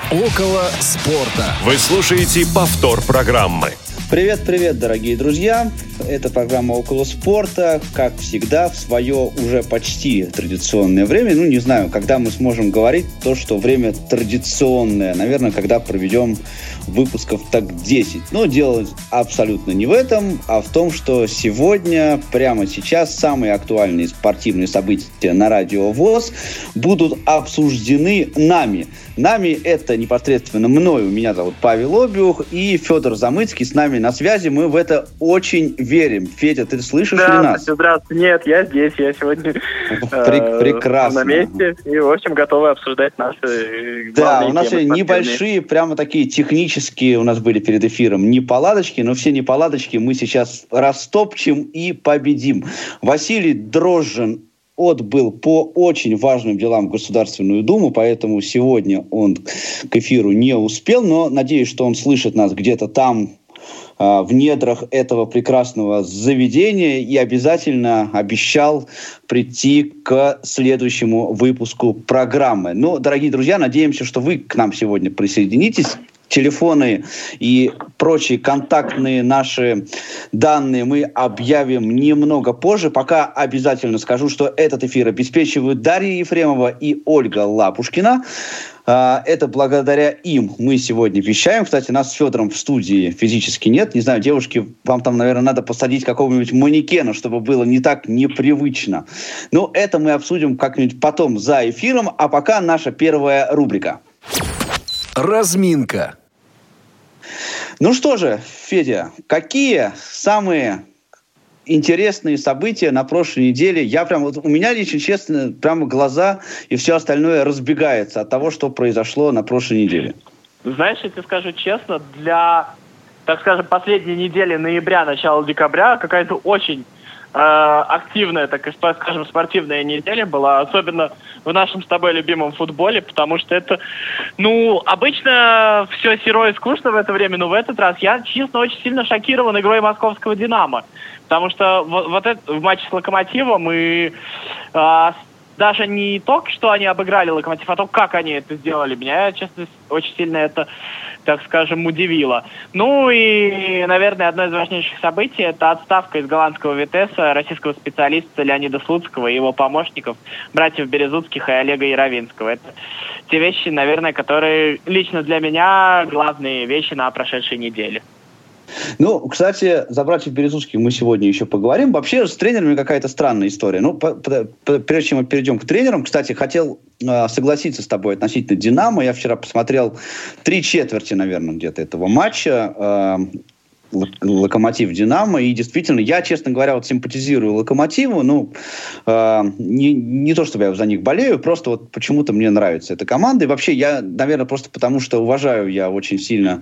Около спорта. Вы слушаете повтор программы. Привет, дорогие друзья! Это программа «Около спорта», как всегда, в свое уже почти традиционное время. Не знаю, когда мы сможем говорить то, что время традиционное. Наверное, когда проведем выпусков так 10. Но дело абсолютно не в этом, а в том, что сегодня, прямо сейчас, самые актуальные спортивные события на радио ВОС будут обсуждены нами. Нами это непосредственно мной. Меня зовут Павел Обиух и Федор Замыцкий с нами на связи. Мы в это очень верим. Федя, ты слышишь ли нас? Здравствуйте. Нет, я здесь. Я сегодня прекрасно. На месте. И, в общем, готовы обсуждать наши главные темы. Да, у нас небольшие, прямо такие технические у нас были перед эфиром неполадочки, но все неполадочки мы сейчас растопчем и победим. Василий Дрожжин отбыл по очень важным делам в Государственную Думу, поэтому сегодня он к эфиру не успел, но надеюсь, что он слышит нас где-то там, в недрах этого прекрасного заведения, и обязательно обещал прийти к следующему выпуску программы. Дорогие друзья, надеемся, что вы к нам сегодня присоединитесь. Телефоны и прочие контактные наши данные мы объявим немного позже. Пока обязательно скажу, что этот эфир обеспечивают Дарья Ефремова и Ольга Лапушкина. Это благодаря им мы сегодня вещаем. Кстати, нас с Федором в студии физически нет. Не знаю, девушки, вам там, наверное, надо посадить какого-нибудь манекена, чтобы было не так непривычно. Но это мы обсудим как-нибудь потом за эфиром. А пока наша первая рубрика. Разминка. Что же, Федя, какие самые интересные события на прошлой неделе? У меня, если честно, прямо глаза и все остальное разбегается от того, что произошло на прошлой неделе. Знаешь, я тебе скажу честно, для, так скажем, последней недели ноября, начала декабря, какая-то очень активная, так скажем, спортивная неделя была, особенно в нашем с тобой любимом футболе, потому что это, обычно все серо и скучно в это время, но в этот раз я, честно, очень сильно шокирован игрой московского «Динамо», потому что вот это, в матче с «Локомотивом» и даже не то, что они обыграли «Локомотив», а то, как они это сделали, меня, честно, очень сильно это, так скажем, удивило. И, наверное, одно из важнейших событий – это отставка из голландского «Витесса» российского специалиста Леонида Слуцкого и его помощников, братьев Березутских и Олега Яровинского. Это те вещи, наверное, которые лично для меня главные вещи на прошедшей неделе. Кстати, за братьев Березутских мы сегодня еще поговорим. Вообще, с тренерами какая-то странная история. Прежде чем мы перейдем к тренерам, кстати, хотел согласиться с тобой относительно «Динамо». Я вчера посмотрел 3/4, наверное, где-то этого матча. «Локомотив-Динамо», и действительно, я, честно говоря, симпатизирую «Локомотиву», не то чтобы я за них болею, просто почему-то мне нравится эта команда, и вообще я, наверное, просто потому что уважаю я очень сильно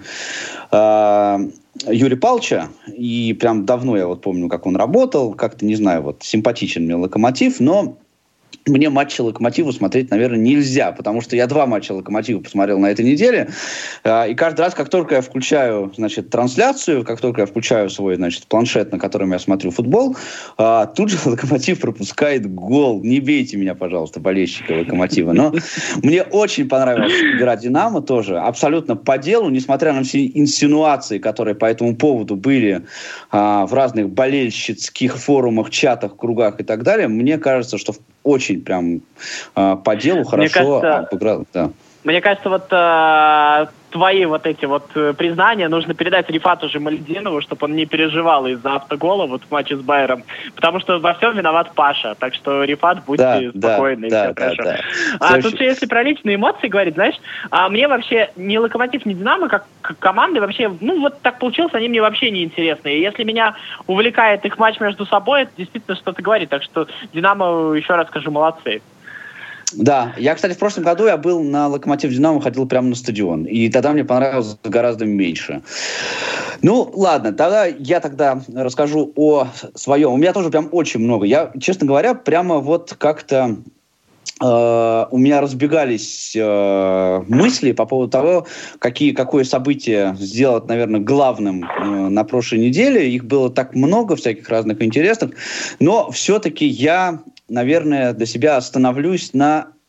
Юрия Павловича, и прям давно я помню, как он работал, как-то, не знаю, симпатичен мне «Локомотив», но мне матчи «Локомотива» смотреть, наверное, нельзя, потому что я 2 матча «Локомотива» посмотрел на этой неделе, и каждый раз, как только я включаю, трансляцию, как только я включаю свой, планшет, на котором я смотрю футбол, тут же «Локомотив» пропускает гол. Не бейте меня, пожалуйста, болельщики «Локомотива». Но мне очень понравилась игра «Динамо» тоже, абсолютно по делу, несмотря на все инсинуации, которые по этому поводу были в разных болельщицких форумах, чатах, кругах и так далее. Мне кажется, что очень прям по делу хорошо обыграл. Да. Мне кажется, твои эти признания нужно передать Рифату Жамальдинову, чтобы он не переживал из-за автогола в матче с Байером, потому что во всем виноват Паша. Так что, Рифат, будьте спокойны, все хорошо. Да. Тут же, если про личные эмоции говорить, знаешь, мне вообще ни «Локомотив», ни «Динамо» как команды вообще, так получилось, они мне вообще не интересны. И если меня увлекает их матч между собой, это действительно что-то говорит. Так что «Динамо», еще раз скажу, молодцы. Да, я, кстати, в прошлом году я был на «Локомотив-Динамо», ходил прямо на стадион, и тогда мне понравилось гораздо меньше. Ладно, я расскажу о своем. У меня тоже прям очень много. Я, честно говоря, прямо как-то у меня разбегались мысли по поводу того, какое событие сделать, наверное, главным на прошлой неделе. Их было так много, всяких разных интересных. Но все-таки я, наверное, для себя остановлюсь на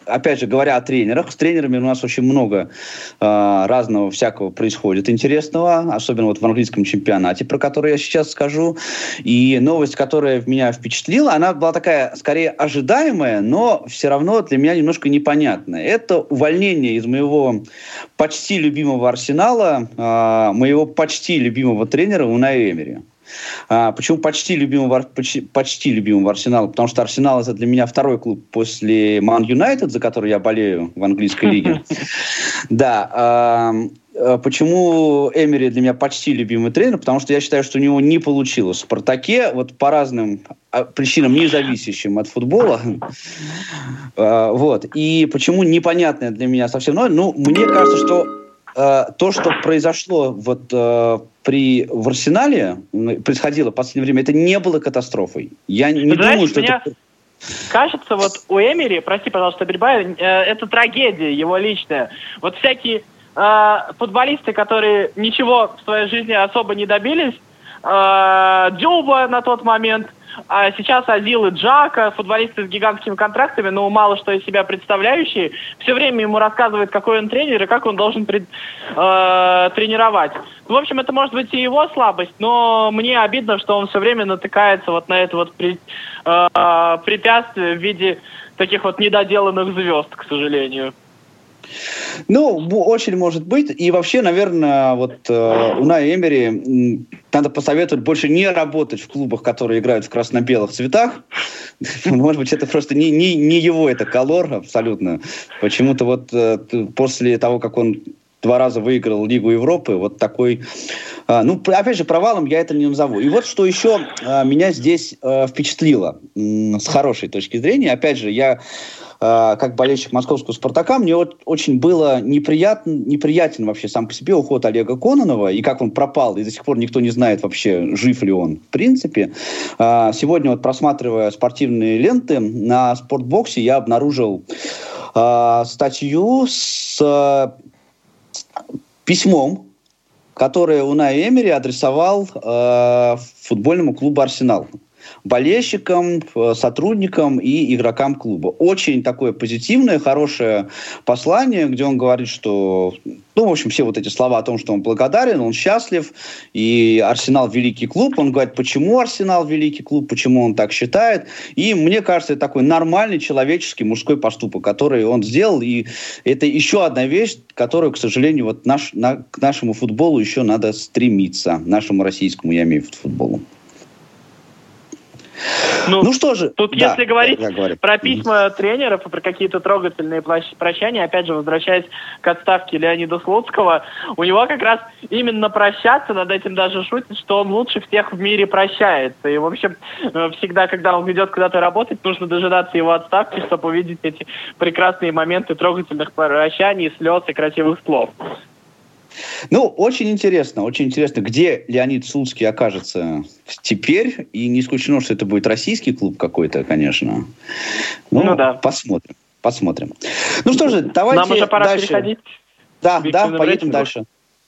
опять же, говоря о тренерах, с тренерами у нас очень много разного всякого происходит интересного, особенно вот в английском чемпионате, про который я сейчас скажу. И новость, которая меня впечатлила, она была такая, скорее, ожидаемая, но все равно для меня немножко непонятная. Это увольнение из моего почти любимого Арсенала, моего почти любимого тренера Унаи Эмери. Почему почти любимого Арсенала? Потому что Арсенал — это для меня второй клуб после Ман Юнайтед, за который я болею в английской лиге. Да. Почему Эмери для меня почти любимый тренер? Потому что я считаю, что у него не получилось в «Спартаке», вот по разным причинам, не зависящим от футбола. Вот. И почему непонятное для меня совсем. Ну, мне кажется, что то, что произошло вот в Арсенале, происходило в последнее время, это не было катастрофой. Я не думаю, что это... Кажется, вот у Эмери, прости, пожалуйста, перебиваю, это трагедия его личная. Вот всякие футболисты, которые ничего в своей жизни особо не добились, Дюба на тот момент, а сейчас Азил и Джака, футболисты с гигантскими контрактами, но мало что из себя представляющие, все время ему рассказывают, какой он тренер и как он должен тренировать. В общем, это может быть и его слабость, но мне обидно, что он все время натыкается вот на это вот препятствие в виде таких вот недоделанных звезд, к сожалению. Ну, очень может быть. И вообще, наверное, вот Унаи Эмери надо посоветовать больше не работать в клубах, которые играют в красно-белых цветах. Может быть, это просто не его это колор абсолютно. Почему-то вот после того, как он 2 раза выиграл Лигу Европы, вот такой... Ну, опять же, провалом я это не назову. И вот что еще меня здесь впечатлило с хорошей точки зрения. Опять же, я как болельщик московского «Спартака», мне вот очень было неприятен вообще сам по себе уход Олега Кононова, и как он пропал, и до сих пор никто не знает вообще, жив ли он в принципе. Сегодня, вот просматривая спортивные ленты на Спортбоксе, я обнаружил статью с письмом, которое Унаи Эмери адресовал футбольному клубу «Арсенал». Болельщикам, сотрудникам и игрокам клуба. Очень такое позитивное, хорошее послание, где он говорит, что, ну, в общем, все вот эти слова о том, что он благодарен, он счастлив, и Арсенал великий клуб. Он говорит, почему Арсенал великий клуб, почему он так считает. И мне кажется, это такой нормальный человеческий мужской поступок, который он сделал. И это еще одна вещь, которую, к сожалению, вот к нашему футболу еще надо стремиться. Нашему российскому, я имею в виду, футболу. Ну что же, тут да, если говорить про письма тренеров и про какие-то трогательные прощания, опять же, возвращаясь к отставке Леонида Слуцкого, у него как раз именно прощаться, над этим даже шутит, что он лучше всех в мире прощается. И, в общем, всегда, когда он идет куда-то работать, нужно дожидаться его отставки, чтобы увидеть эти прекрасные моменты трогательных прощаний, слез и красивых слов. Ну, очень интересно, где Леонид Слуцкий окажется теперь. И не исключено, что это будет российский клуб какой-то, конечно. Ну да. Посмотрим. Ну что же, давайте нам уже пора дальше. Переходить. Да, поедем дальше.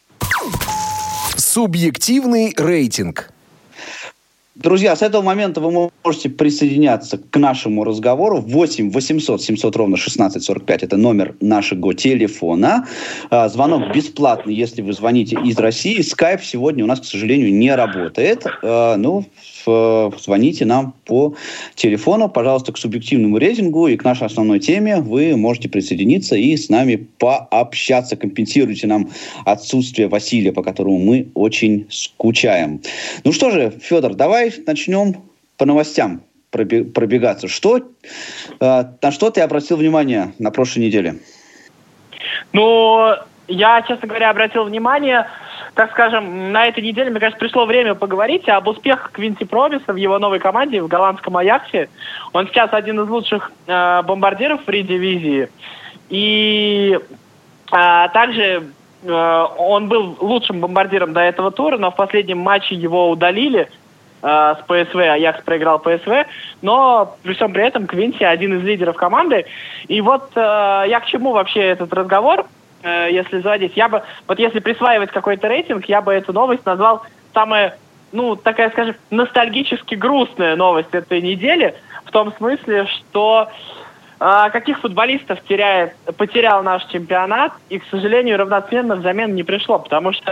Субъективный рейтинг. Друзья, с этого момента вы можете присоединяться к нашему разговору. 8 800 700 ровно 1645. Это номер нашего телефона. Звонок бесплатный, если вы звоните из России. Skype сегодня у нас, к сожалению, не работает. Звоните нам по телефону, пожалуйста, к субъективному рейтингу и к нашей основной теме. Вы можете присоединиться и с нами пообщаться. Компенсируйте нам отсутствие Василия, по которому мы очень скучаем. Ну что же, Федор, давай начнем по новостям пробегаться. На что ты обратил внимание на прошлой неделе? Ну, я, честно говоря, обратил внимание, так скажем, на этой неделе, мне кажется, пришло время поговорить об успехах Квинси Промиса в его новой команде, в голландском Аяксе. Он сейчас один из лучших бомбардиров в дивизии. И также он был лучшим бомбардиром до этого тура, но в последнем матче его удалили с ПСВ, Аякс проиграл ПСВ, но при всем при этом Квинси один из лидеров команды. И вот я к чему вообще этот разговор? Если заводить, если присваивать какой-то рейтинг, я бы эту новость назвал самая, такая, скажем, ностальгически грустная новость этой недели, в том смысле, что каких футболистов потерял наш чемпионат, и, к сожалению, равноценно взамен не пришло, потому что,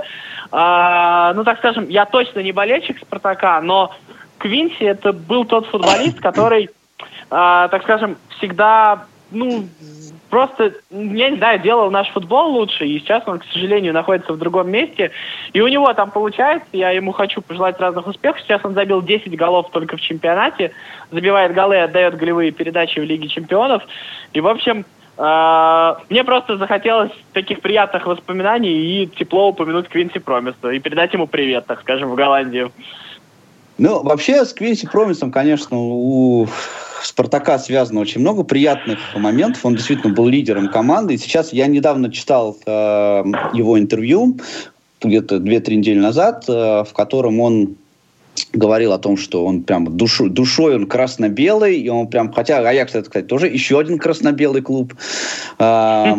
так скажем, я точно не болельщик «Спартака», но Квинси это был тот футболист, который, так скажем, всегда, просто, я не знаю, делал наш футбол лучше, и сейчас он, к сожалению, находится в другом месте, и у него там получается, я ему хочу пожелать разных успехов, сейчас он забил 10 голов только в чемпионате, забивает голы, отдает голевые передачи в Лиге чемпионов, и, в общем, мне просто захотелось таких приятных воспоминаний и тепло упомянуть Квинси Промиса, и передать ему привет, так скажем, в Голландию. Вообще с Квинси Промисом, конечно, у «Спартака» связано очень много приятных моментов. Он действительно был лидером команды. И сейчас я недавно читал его интервью, где-то 2-3 недели назад, в котором он говорил о том, что он прям душой он красно-белый, и он прям, хотя Аякс, это, кстати, тоже еще один красно-белый клуб в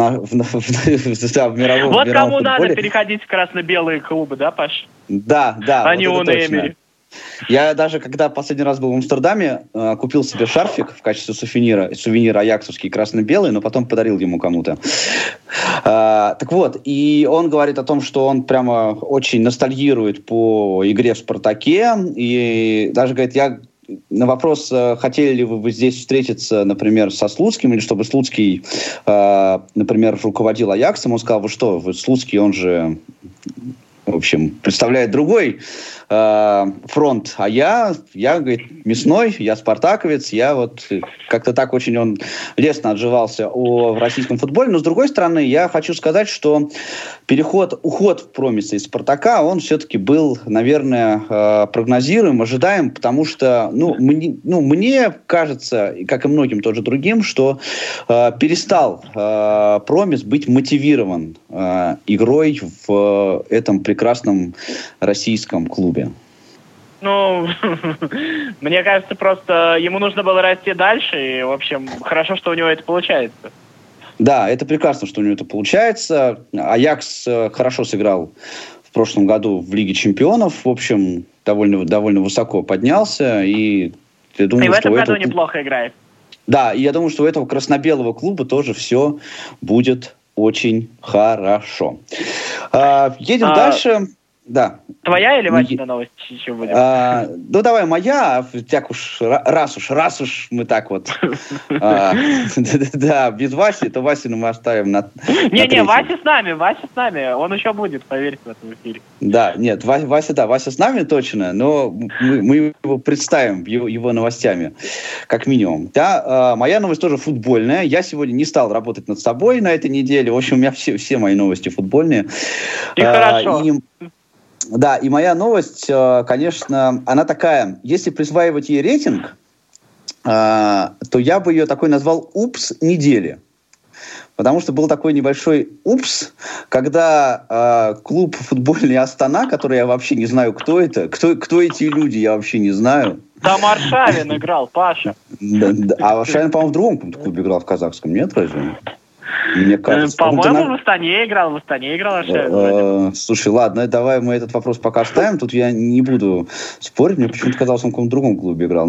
мировом Вот кому надо переходить в красно-белые клубы, да, Паш? Да. А не Унai Эмери. Я даже, когда последний раз был в Амстердаме, купил себе шарфик в качестве сувенира аяксовский красно-белый, но потом подарил ему кому-то. Так вот, и он говорит о том, что он прямо очень ностальгирует по игре в «Спартаке», и даже говорит, на вопрос, хотели ли вы здесь встретиться, например, со Слуцким, или чтобы Слуцкий, например, руководил Аяксом, он сказал, Слуцкий, он же, в общем, представляет другой фронт, а я, говорит, мясной, я спартаковец, я вот как-то так очень он лестно отживался в российском футболе, но с другой стороны, я хочу сказать, что уход Промиса из «Спартака», он все-таки был, наверное, прогнозируем, ожидаем, потому что, мне кажется, как и многим тоже другим, что перестал Промис быть мотивирован игрой в этом прекрасном российском клубе. Мне кажется, просто ему нужно было расти дальше, и, в общем, хорошо, что у него это получается. Да, это прекрасно, что у него это получается. Аякс хорошо сыграл в прошлом году в Лиге чемпионов, в общем, довольно высоко поднялся, и я думаю, и в этом году неплохо играет. Да, и я думаю, что у этого красно-белого клуба тоже все будет очень хорошо. Едем дальше. Да. Твоя или Васина новость еще будет? Давай моя, так уж, раз уж мы так вот. Да, без Васи, то Васину мы оставим на Не, Вася с нами, он еще будет, поверьте, в этом эфире. Да, нет, Вася с нами точно, но мы его представим его новостями, как минимум. Да, моя новость тоже футбольная. Я сегодня не стал работать над собой на этой неделе. В общем, у меня все мои новости футбольные. И хорошо. Да, и моя новость, конечно, она такая, если присваивать ей рейтинг, то я бы ее такой назвал «Упс недели». Потому что был такой небольшой упс, когда клуб футбольный «Астана», который я вообще не знаю, кто это, кто эти люди, я вообще не знаю. Там Аршавин играл, Паша. А Аршавин, по-моему, в другом клубе играл, в казахском, нет, разве? Мне кажется, по-моему, в Астане играл Аршавин. Слушай, ладно, давай мы этот вопрос пока оставим. Тут я не буду спорить. Мне почему-то казалось, он в каком-то другом клубе играл.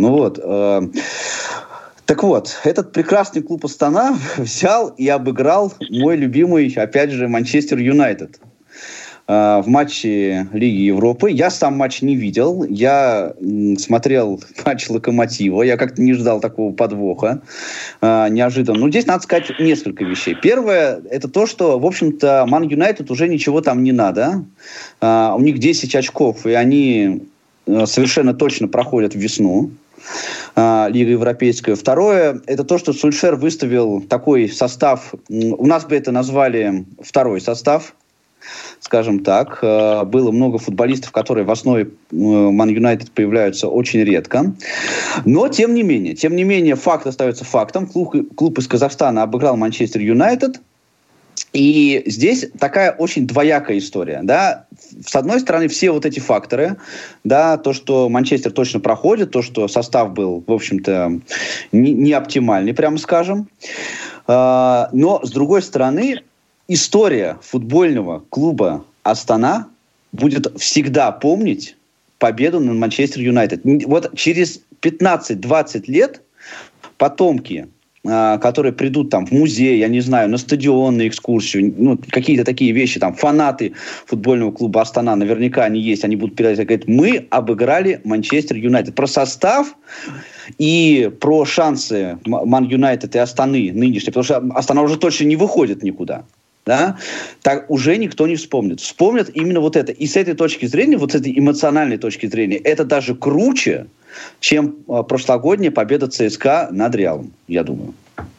Так вот, этот прекрасный клуб «Астана» взял и обыграл мой любимый, опять же, Манчестер Юнайтед в матче Лиги Европы. Я сам матч не видел. Я смотрел матч «Локомотива». Я как-то не ждал такого подвоха. Неожиданно. Здесь надо сказать несколько вещей. Первое, это то, что, в общем-то, Ман Юнайтед уже ничего там не надо. У них 10 очков, и они совершенно точно проходят весну. Лига Европейская. Второе, это то, что Сульшер выставил такой состав, у нас бы это назвали второй состав, скажем так. Было много футболистов, которые в основе Ман Юнайтед появляются очень редко. Но, тем не менее, факт остается фактом. Клуб из Казахстана обыграл Манчестер Юнайтед. И здесь такая очень двоякая история. Да? С одной стороны, все вот эти факторы, да, то, что Манчестер точно проходит, то, что состав был, в общем-то, не оптимальный, прямо скажем. Но, с другой стороны, история футбольного клуба «Астана» будет всегда помнить победу над Манчестер Юнайтед. Вот через 15-20 лет потомки которые придут там в музей, я не знаю, на стадион, на экскурсию, ну, какие-то такие вещи, там, фанаты футбольного клуба Астана, наверняка они есть, они будут передать, говорят, мы обыграли Манчестер Юнайтед. Про состав и про шансы Ман Юнайтед и Астаны нынешние, потому что Астана уже точно не выходит никуда. Да, так уже никто не вспомнит. Вспомнят именно вот это. И с этой точки зрения, вот с этой эмоциональной точки зрения, это даже круче, чем прошлогодняя победа ЦСКА над Реалом, я думаю.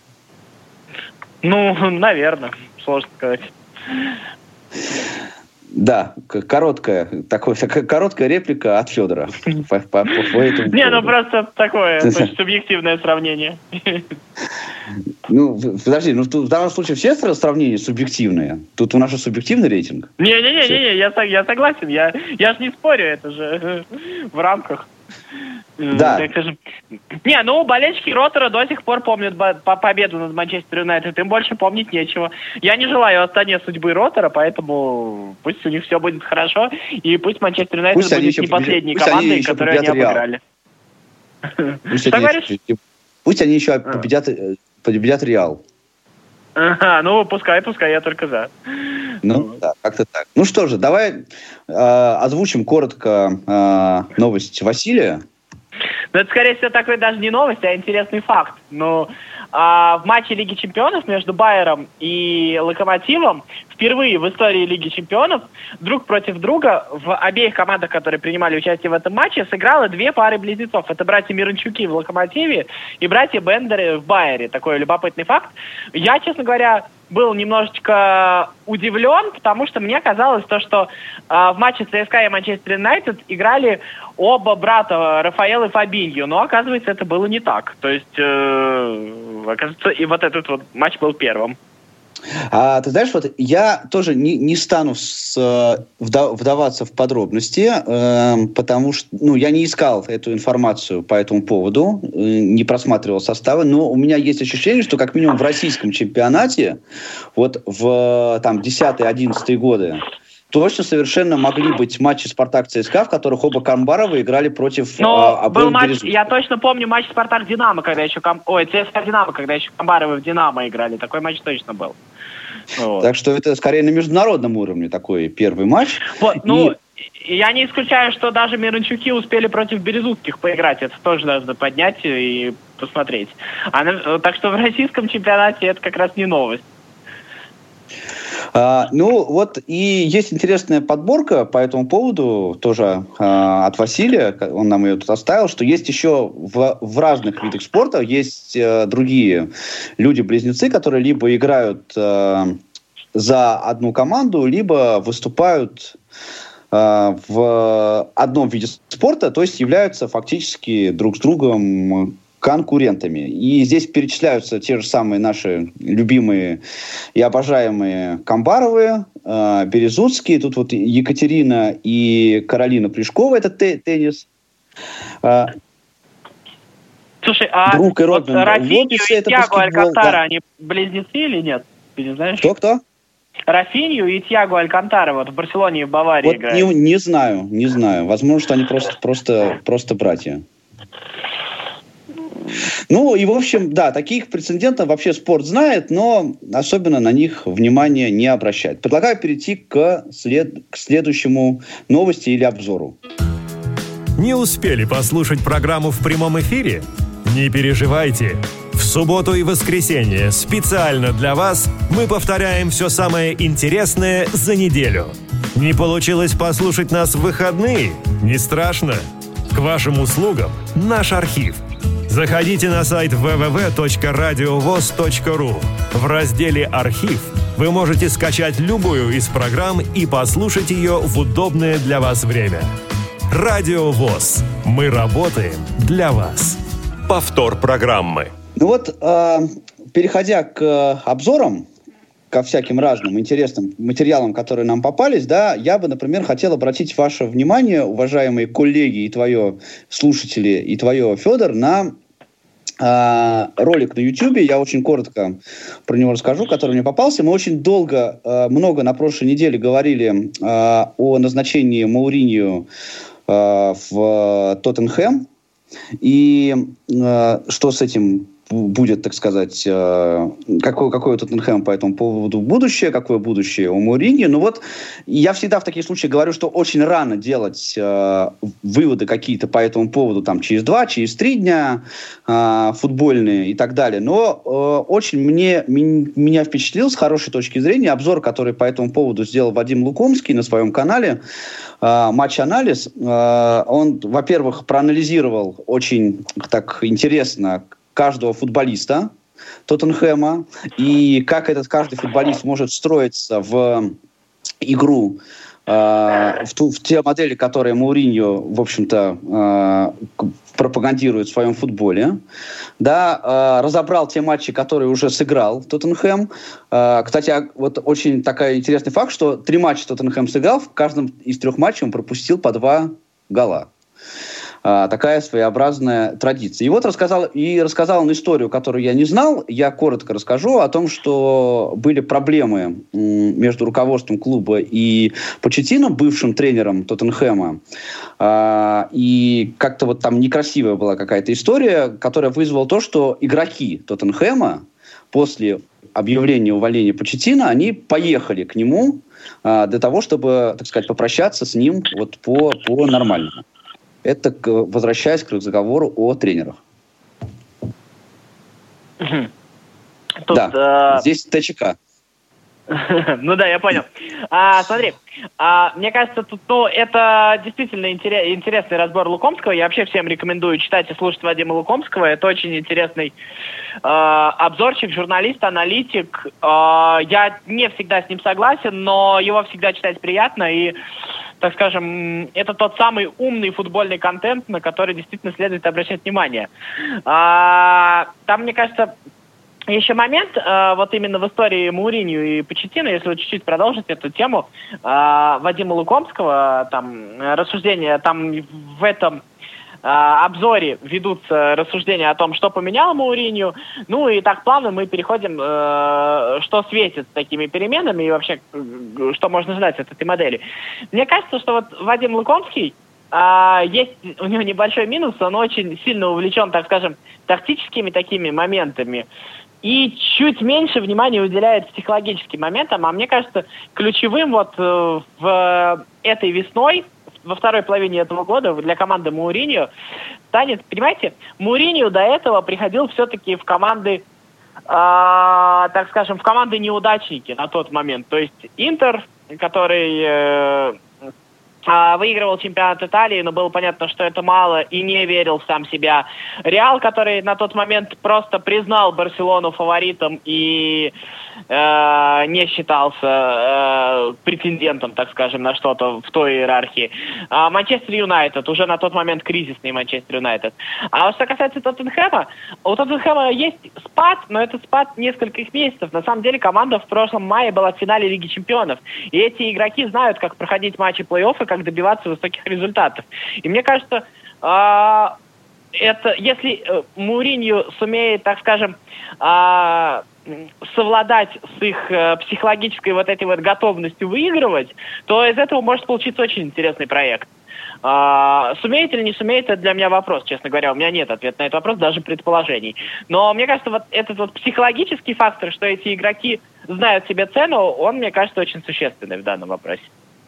Ну, наверное, сложно сказать. Да, короткая реплика от Федора. Не, ну просто такое субъективное сравнение. Ну, подожди, в данном случае все сравнения субъективные. Тут у нас же субъективный рейтинг. Не, я согласен. Я же не спорю, это же в рамках. Да. Не, ну, болельщики Роттера до сих пор помнят победу над Манчестер Юнайтед. Им больше помнить нечего. Я не желаю Астане судьбы Роттера, поэтому пусть у них все будет хорошо, и пусть Манчестер Юнайтед будет не последней командой, которую они обыграли. Пусть они еще победят Реал. Ага, ну, пускай, я только за. Ну, да, как-то так. Ну что же, давай озвучим коротко новость Василия. Ну, это, скорее всего, такой даже не новость, а интересный факт. Ну, в матче Лиги Чемпионов между Байером и Локомотивом впервые в истории Лиги Чемпионов друг против друга в обеих командах, которые принимали участие в этом матче, сыграло две пары близнецов. Это братья Миранчуки в Локомотиве и братья Бендеры в Байере. Такой любопытный факт. Я, честно говоря, был немножечко удивлен, потому что мне казалось, что в матче ЦСКА и Манчестер Юнайтед играли оба брата Рафаэл и Фабиньо, но, оказывается, это было не так. То есть, оказывается, и вот этот вот матч был первым. Ты знаешь, вот я тоже не стану вдаваться в подробности, потому что я не искал эту информацию по этому поводу, не просматривал составы, но у меня есть ощущение, что как минимум в российском чемпионате, вот в 10-11 годы, точно совершенно могли быть матчи «Спартак-ЦСКА», в которых оба Камбаровы играли против был матч, я точно помню матч «Спартак-Динамо», когда еще ЦСКА-Динамо, когда еще Камбаровы в «Динамо» играли. Такой матч точно был. Вот. Так что это скорее на международном уровне такой первый матч. Я не исключаю, что даже Миранчуки успели против Березутских поиграть. Это тоже надо поднять и посмотреть. Так что в российском чемпионате это как раз не новость. И есть интересная подборка по этому поводу, тоже от Василия, он нам ее тут оставил, что есть еще в разных видах спорта, есть другие люди-близнецы, которые либо играют за одну команду, либо выступают в одном виде спорта, то есть являются фактически друг с другом конкурентами. И здесь перечисляются те же самые наши любимые и обожаемые Камбаровы, Березутские. Тут вот Екатерина и Каролина Плешкова, это теннис. Слушай, друг и вот Рафинью и Тиаго Алькантара, они близнецы или нет? Ты не знаешь? Кто? Рафинью и Тиаго Алькантара вот в Барселоне и в Баварии играют. Не знаю. Возможно, что они просто братья. И, в общем, да, таких прецедентов вообще спорт знает, но особенно на них внимания не обращает. Предлагаю перейти к следующему новости или обзору. Не успели послушать программу в прямом эфире? Не переживайте. В субботу и воскресенье специально для вас мы повторяем все самое интересное за неделю. Не получилось послушать нас в выходные? Не страшно. К вашим услугам наш архив. Заходите на сайт www.radiovoz.ru. В разделе «Архив» вы можете скачать любую из программ и послушать ее в удобное для вас время. Радио ВОС. Мы работаем для вас. Повтор программы. Переходя к обзорам, ко всяким разным интересным материалам, которые нам попались, да, я бы, например, хотел обратить ваше внимание, уважаемые коллеги и твое слушатели, и твое, Федор, на ролик на YouTube, я очень коротко про него расскажу, который мне попался. Мы очень много на прошлой неделе говорили о назначении Мауриньо в Тоттенхэм, и что с этим будет, так сказать, какой у Тоттенхэма по этому поводу будущее, какое будущее у Мауриньо. Ну вот, я всегда в таких случаях говорю, что очень рано делать выводы какие-то по этому поводу, там, через 2, через 3 дня футбольные и так далее. Но очень меня впечатлил с хорошей точки зрения обзор, который по этому поводу сделал Вадим Лукомский на своем канале «Матч-анализ». Он, во-первых, проанализировал очень так интересно каждого футболиста Тоттенхэма и как этот каждый футболист может встроиться в игру, в те модели, которые Мауриньо, в общем-то, пропагандирует в своем футболе. Да, разобрал те матчи, которые уже сыграл Тоттенхэм. Кстати, вот очень такой интересный факт, что 3 матча Тоттенхэм сыграл, в каждом из 3 матчей он пропустил по 2 гола. Такая своеобразная традиция. И вот рассказал он историю, которую я не знал. Я коротко расскажу о том, что были проблемы между руководством клуба и Почеттино, бывшим тренером Тоттенхэма. И как-то вот там некрасивая была какая-то история, которая вызвала то, что игроки Тоттенхэма после объявления увольнения Почеттино, они поехали к нему для того, чтобы, так сказать, попрощаться с ним вот по-нормальному. Это возвращаясь к разговору о тренерах. Тут, да, здесь ТЧК. Ну да, я понял. Смотри, мне кажется, тут, это действительно интересный разбор Лукомского. Я вообще всем рекомендую читать и слушать Вадима Лукомского. Это очень интересный обзорщик, журналист, аналитик. Я не всегда с ним согласен, но его всегда читать приятно. И, так скажем, это тот самый умный футбольный контент, на который действительно следует обращать внимание. Там, мне кажется, еще момент, вот именно в истории Мауриньо и Почеттино, если вот чуть-чуть продолжить эту тему, Вадима Лукомского, там, рассуждения, там в этом обзоре ведутся рассуждения о том, что поменяло Мауриньо. Ну и так плавно мы переходим, что светит с такими переменами и вообще, что можно ждать от этой модели. Мне кажется, что вот Вадим Лукомский, есть у него небольшой минус, он очень сильно увлечен, так скажем, тактическими такими моментами и чуть меньше внимания уделяет психологическим моментам. А мне кажется, ключевым вот в этой весной, во второй половине этого года для команды Мауриньо станет, понимаете, Мауриньо до этого приходил все-таки в команды, так скажем, в команды неудачники на тот момент. То есть Интер, который выигрывал чемпионат Италии, но было понятно, что это мало, и не верил в сам себя. Реал, который на тот момент просто признал Барселону фаворитом и не считался претендентом, так скажем, на что-то в той иерархии. Манчестер Юнайтед, уже на тот момент кризисный Манчестер Юнайтед. А что касается Тоттенхэма, у Тоттенхэма есть спад, но этот спад нескольких месяцев. На самом деле команда в прошлом мае была в финале Лиги Чемпионов. И эти игроки знают, как проходить матчи плей-оффа, как добиваться высоких результатов. И мне кажется, это, если Мауриньо сумеет, так скажем, совладать с их психологической вот этой вот готовностью выигрывать, то из этого может получиться очень интересный проект. Сумеет или не сумеет, это для меня вопрос, честно говоря. У меня нет ответа на этот вопрос, даже предположений. Но мне кажется, вот этот вот психологический фактор, что эти игроки знают себе цену, он, мне кажется, очень существенный в данном вопросе.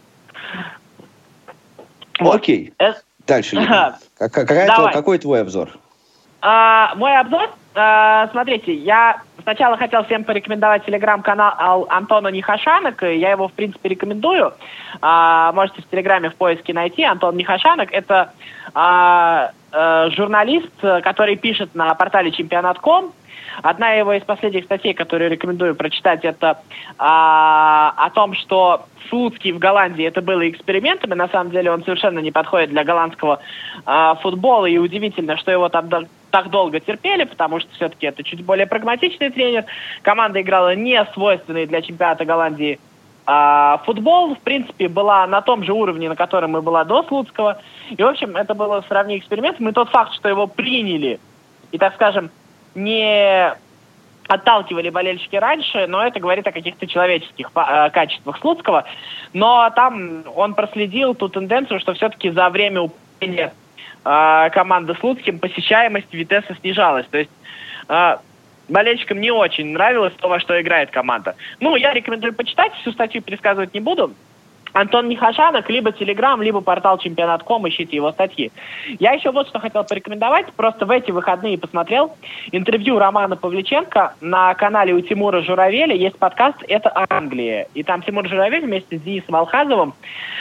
Окей. Дальше. Какой твой обзор? Мой обзор? Смотрите, я сначала хотел всем порекомендовать телеграм-канал Антона Нехошанок. Я его, в принципе, рекомендую. Можете в телеграме в поиске найти. Антон Нехошанок — это журналист, который пишет на портале Чемпионат.ком. Одна его из последних статей, которую рекомендую прочитать, это о том, что Слуцкий в Голландии это было экспериментом, и на самом деле он совершенно не подходит для голландского футбола, и удивительно, что его там так долго терпели, потому что все-таки это чуть более прагматичный тренер. Команда играла не свойственный для чемпионата Голландии футбол, в принципе, была на том же уровне, на котором и была до Слуцкого. И, в общем, это было сравнение экспериментом, и тот факт, что его приняли и, так скажем, не отталкивали болельщики раньше, но это говорит о каких-то человеческих качествах Слуцкого. Но там он проследил ту тенденцию, что все-таки за время управления команды Слуцким, посещаемость Витессы снижалась. То есть болельщикам не очень нравилось то, во что играет команда. Ну, я рекомендую почитать, всю статью пересказывать не буду. Антон Нехашанок, либо Телеграм, либо портал Чемпионат.ком, ищите его статьи. Я еще вот что хотел порекомендовать. Просто в эти выходные посмотрел интервью Романа Павличенко на канале у Тимура Журавеля. Есть подкаст «Это Англия». И там Тимур Журавель вместе с Денисом Алхазовым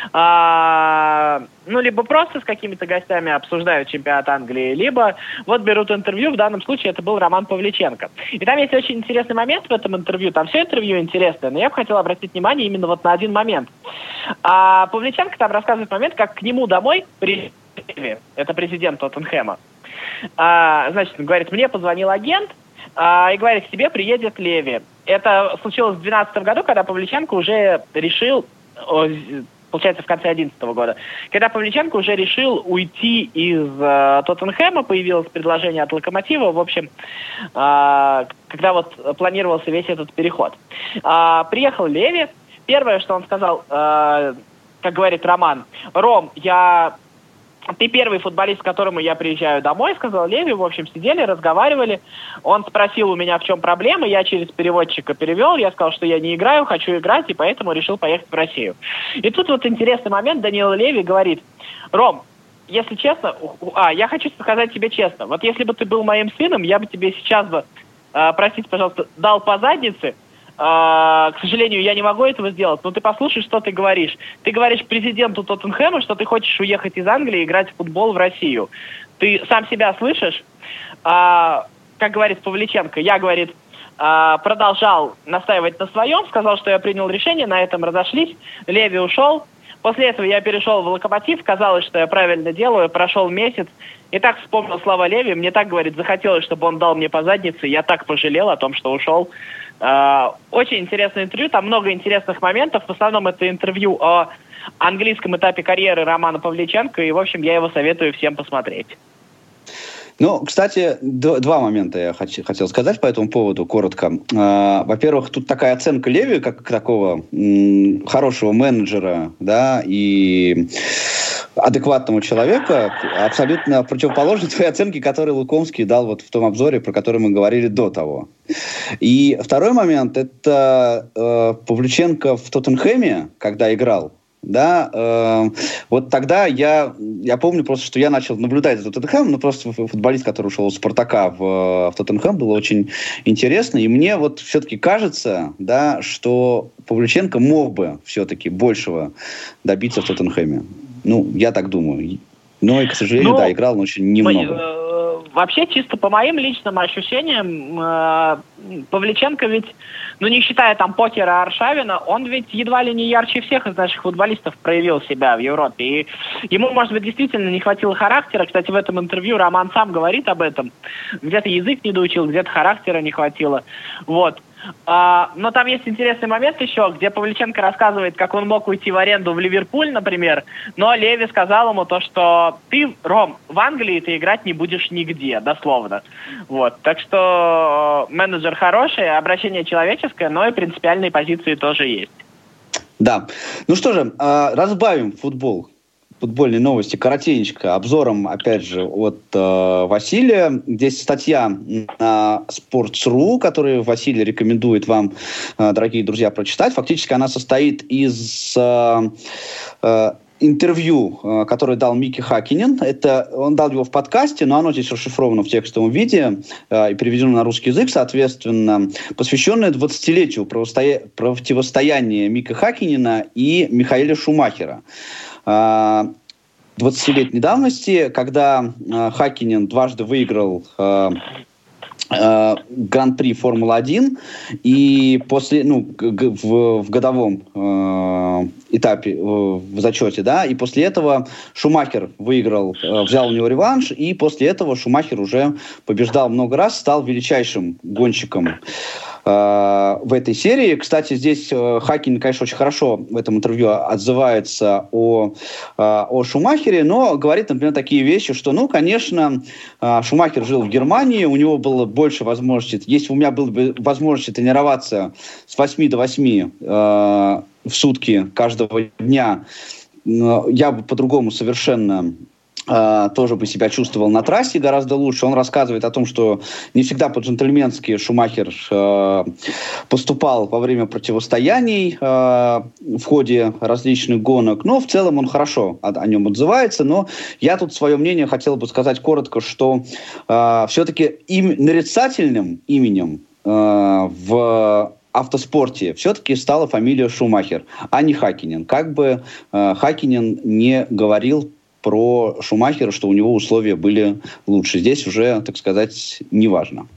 либо просто с какими-то гостями обсуждают чемпионат Англии, либо вот берут интервью. В данном случае это был Роман Павличенко. И там есть очень интересный момент в этом интервью. Там все интервью интересное, но я бы хотел обратить внимание именно вот на один момент. Павличенко там рассказывает момент, как к нему домой это президент Тоттенхэма. Значит, он говорит, мне позвонил агент и говорит, к тебе приедет Леви. Это случилось в 2012 году, когда Павличенко уже решил, получается, в конце 2011 года, когда Павличенко уже решил уйти из Тоттенхэма, появилось предложение от Локомотива, в общем, когда вот планировался весь этот переход. Приехал Леви. Первое, что он сказал, как говорит Роман, Ром, ты первый футболист, к которому я приезжаю домой, сказал Леви. В общем, сидели, разговаривали. Он спросил у меня, в чем проблема. Я через переводчика перевел. Я сказал, что я не играю, хочу играть, и поэтому решил поехать в Россию. И тут вот интересный момент. Даниил Леви говорит, Ром, если честно, я хочу сказать тебе честно. Вот если бы ты был моим сыном, я бы тебе сейчас бы, простите, пожалуйста, дал по заднице. К сожалению, я не могу этого сделать, но ты послушай, что ты говоришь. Ты говоришь президенту Тоттенхэма, что ты хочешь уехать из Англии и играть в футбол в Россию. Ты сам себя слышишь? Как говорит Павличенко, я, говорит, продолжал настаивать на своем, сказал, что я принял решение, на этом разошлись, Леви ушел. После этого я перешел в Локомотив, казалось, что я правильно делаю, прошел месяц, и так вспомнил слова Леви, мне так, говорит, захотелось, чтобы он дал мне по заднице, я так пожалел о том, что ушел. Очень интересное интервью, там много интересных моментов, в основном это интервью о английском этапе карьеры Романа Павличенко, и, в общем, я его советую всем посмотреть. Ну, кстати, два момента я хотел сказать по этому поводу, коротко. Во-первых, тут такая оценка Леви, как такого хорошего менеджера, да, и адекватного человека, абсолютно противоположна той оценке, которую Лукомский дал вот в том обзоре, про который мы говорили до того. И второй момент, это Павличенко в Тоттенхэме, когда играл, да, вот тогда я помню просто, что я начал наблюдать за Тоттенхэмом, ну просто футболист, который ушел из Спартака в Тоттенхэм, было очень интересно, и мне вот все-таки кажется, да, что Павличенко мог бы все-таки большего добиться в Тоттенхэме. Ну, я так думаю. Но, и, к сожалению, да, играл он очень немного. Вообще, чисто по моим личным ощущениям, Павличенко ведь, не считая там Покера, Аршавина, он ведь едва ли не ярче всех из наших футболистов проявил себя в Европе. И ему, может быть, действительно не хватило характера. Кстати, в этом интервью Роман сам говорит об этом. Где-то язык не доучил, где-то характера не хватило. Вот. Но там есть интересный момент еще, где Павличенко рассказывает, как он мог уйти в аренду в Ливерпуль, например, но Леви сказал ему то, что ты, Ром, в Англии ты играть не будешь нигде, дословно. Вот. Так что менеджер хороший, обращение человеческое, но и принципиальные позиции тоже есть. Да. Ну что же, разбавим футбол. Футбольные новости коротенько, обзором, опять же, от Василия. Здесь статья на Sports.ru, которую Василий рекомендует вам, дорогие друзья, прочитать. Фактически она состоит из интервью, которое дал Микки Хаккинен. Он дал его в подкасте, но оно здесь расшифровано в текстовом виде и переведено на русский язык, соответственно, посвященное 20-летию противостояния Микки Хаккинена и Михаэля Шумахера. 20-летней давности, когда Хаккинен дважды выиграл Гран-при Формулы-1, и после, в годовом этапе, в зачете, да, и после этого Шумахер взял у него реванш, и после этого Шумахер уже побеждал много раз, стал величайшим гонщиком в этой серии. Кстати, здесь Хаккинен, конечно, очень хорошо в этом интервью отзывается о Шумахере, но говорит, например, такие вещи, что, конечно, Шумахер жил в Германии, у него было больше возможностей. Если у меня было бы возможность тренироваться с 8 до 8 в сутки каждого дня, я бы по-другому совершенно тоже бы себя чувствовал на трассе гораздо лучше. Он рассказывает о том, что не всегда по-джентльменски Шумахер поступал во время противостояний в ходе различных гонок, но в целом он хорошо о нем отзывается. Но я тут свое мнение хотел бы сказать коротко, что все-таки нарицательным именем в автоспорте все-таки стала фамилия Шумахер, а не Хаккинен. Как бы Хаккинен не говорил про Шумахера, что у него условия были лучше. Здесь уже, так сказать, неважно.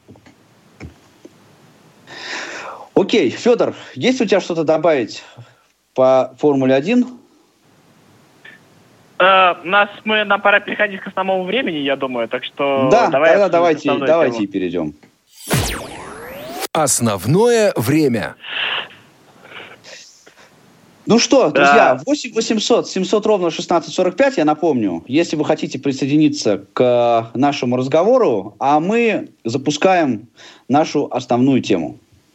Окей, Федор, есть у тебя что-то добавить по Формуле-1? Нам пора переходить к основному времени, я думаю, так что... Да, тогда давайте и перейдем. Основное время. Ну что, друзья, 8 800 700 ровно 1645, я напомню, если вы хотите присоединиться к нашему разговору, а мы запускаем нашу основную тему.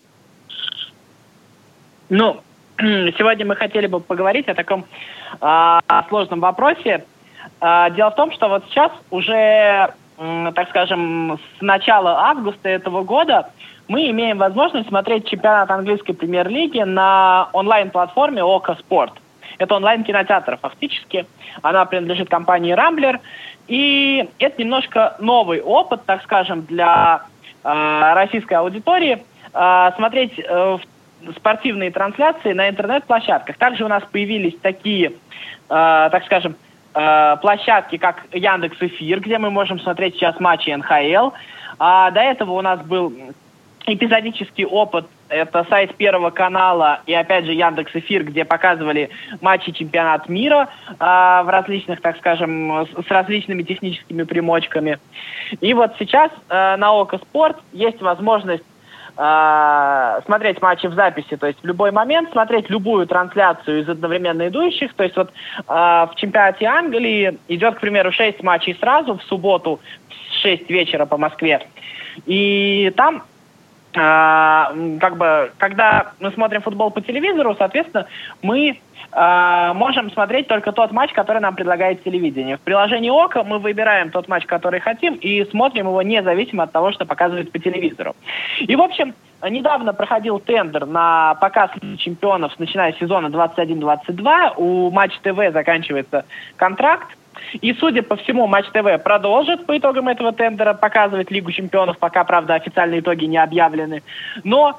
Ну, сегодня мы хотели бы поговорить о таком сложном вопросе. Дело в том, что вот сейчас уже, так скажем, с начала августа этого года мы имеем возможность смотреть чемпионат английской премьер-лиги на онлайн-платформе Око Спорт. Это онлайн-кинотеатр фактически. Она принадлежит компании Рамблер. И это немножко новый опыт, так скажем, для российской аудитории. Смотреть спортивные трансляции на интернет-площадках. Также у нас появились такие, так скажем, площадки, как Яндекс.Эфир, где мы можем смотреть сейчас матчи НХЛ. До этого у нас был эпизодический опыт, это сайт Первого канала и, опять же, Яндекс.Эфир, где показывали матчи чемпионата мира в различных, так скажем, с различными техническими примочками. И вот сейчас на Око Спорт есть возможность смотреть матчи в записи, то есть в любой момент смотреть любую трансляцию из одновременно идущих. То есть вот в чемпионате Англии идет, к примеру, 6 матчей сразу в субботу в 6 вечера по Москве. И там как бы, когда мы смотрим футбол по телевизору, соответственно, мы можем смотреть только тот матч, который нам предлагает телевидение. В приложении Око мы выбираем тот матч, который хотим, и смотрим его независимо от того, что показывает по телевизору. И, в общем, недавно проходил тендер на показ чемпионов, начиная с сезона 21-22. У Матч ТВ заканчивается контракт. И, судя по всему, Матч ТВ продолжит по итогам этого тендера показывать Лигу чемпионов, пока, правда, официальные итоги не объявлены. Но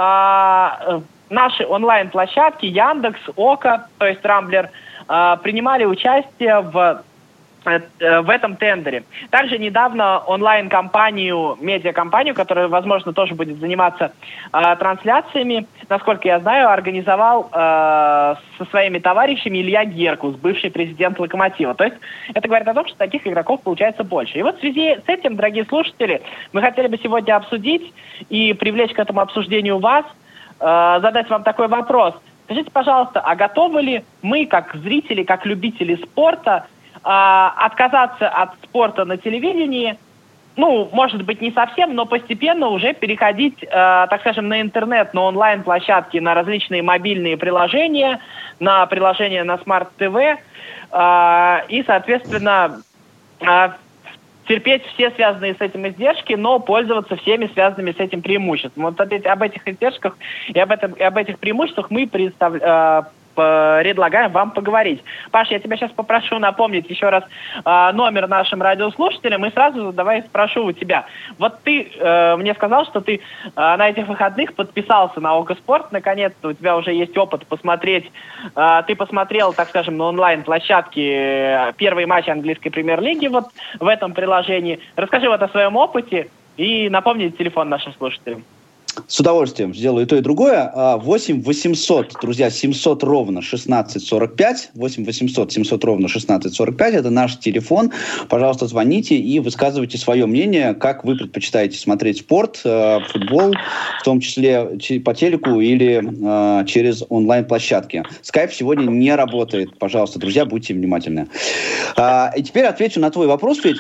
наши онлайн-площадки Яндекс, Око, то есть Рамблер, принимали участие в этом тендере. Также недавно онлайн-компанию, медиакомпанию, которая, возможно, тоже будет заниматься трансляциями, насколько я знаю, организовал со своими товарищами Илья Геркус, бывший президент «Локомотива». То есть это говорит о том, что таких игроков получается больше. И вот в связи с этим, дорогие слушатели, мы хотели бы сегодня обсудить и привлечь к этому обсуждению вас, задать вам такой вопрос. Скажите, пожалуйста, а готовы ли мы, как зрители, как любители спорта, отказаться от спорта на телевидении, ну, может быть, не совсем, но постепенно уже переходить, так скажем, на интернет, на онлайн-площадки, на различные мобильные приложения, на приложения на Smart TV и, соответственно, терпеть все связанные с этим издержки, но пользоваться всеми связанными с этим преимуществами. Вот об этих издержках и об этих преимуществах мы предлагаем вам поговорить. Паша, я тебя сейчас попрошу напомнить еще раз номер нашим радиослушателям, и сразу давай спрошу у тебя. Вот ты мне сказал, что ты на этих выходных подписался на Око Спорт, наконец-то у тебя уже есть опыт посмотреть. Ты посмотрел, так скажем, на онлайн-площадке первый матч английской премьер-лиги вот в этом приложении. Расскажи вот о своем опыте и напомни телефон нашим слушателям. С удовольствием сделаю и то, и другое. 8 800, друзья, 700 ровно 1645. 8 800 700 ровно 1645. Это наш телефон. Пожалуйста, звоните и высказывайте свое мнение, как вы предпочитаете смотреть спорт, футбол, в том числе по телеку или через онлайн-площадки. Скайп сегодня не работает. Пожалуйста, друзья, будьте внимательны. И теперь отвечу на твой вопрос, Федь.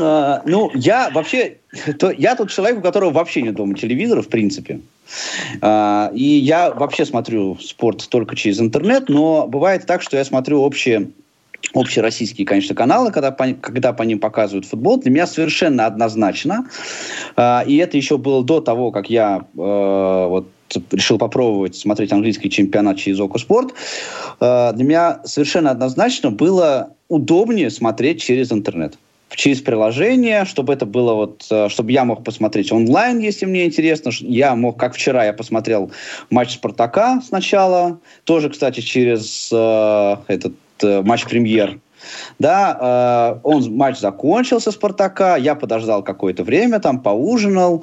Я тот человек, у которого вообще нет дома телевизора, в принципе. И я вообще смотрю спорт только через интернет, но бывает так, что я смотрю общие общероссийские, конечно, каналы, когда по ним показывают футбол, для меня совершенно однозначно. И это еще было до того, как я решил попробовать смотреть английский чемпионат через Окоспорт. Для меня совершенно однозначно было удобнее смотреть через интернет. Через приложение, чтобы это было чтобы я мог посмотреть онлайн, если мне интересно. Я мог, как вчера, я посмотрел матч «Спартака» сначала, тоже, кстати, через матч-премьер. Да, матч закончился «Спартака», я подождал какое-то время, там поужинал,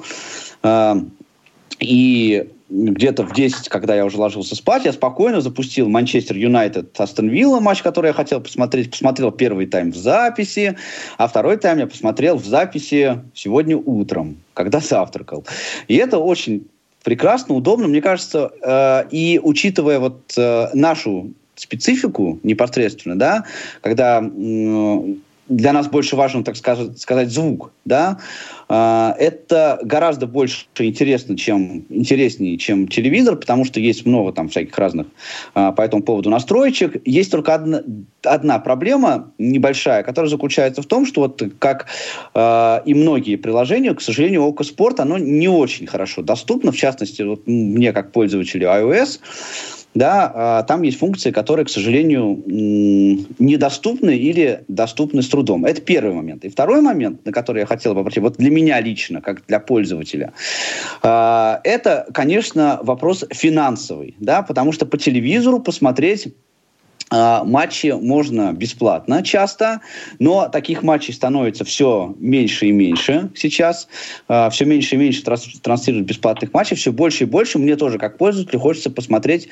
и где-то в 10, когда я уже ложился спать, я спокойно запустил Манчестер Юнайтед Астон Вилла, матч, который я хотел посмотреть. Посмотрел первый тайм в записи, а второй тайм я посмотрел в записи сегодня утром, когда завтракал. И это очень прекрасно, удобно, мне кажется, и учитывая нашу специфику непосредственно, да, когда для нас больше важен, так сказать, звук, да, это гораздо больше интереснее, чем телевизор, потому что есть много там всяких разных по этому поводу настроечек. Есть только одна проблема небольшая, которая заключается в том, что как и многие приложения, к сожалению, Окоспорт, оно не очень хорошо доступно, в частности, мне как пользователю iOS, да, там есть функции, которые, к сожалению, недоступны или доступны с трудом. Это первый момент. И второй момент, на который я хотел бы обратить, для меня лично, как для пользователя, это, конечно, вопрос финансовый, да, потому что по телевизору посмотреть матчи можно бесплатно часто, но таких матчей становится все меньше и меньше сейчас. Все меньше и меньше транслируют бесплатных матчей, все больше и больше. Мне тоже, как пользователю, хочется посмотреть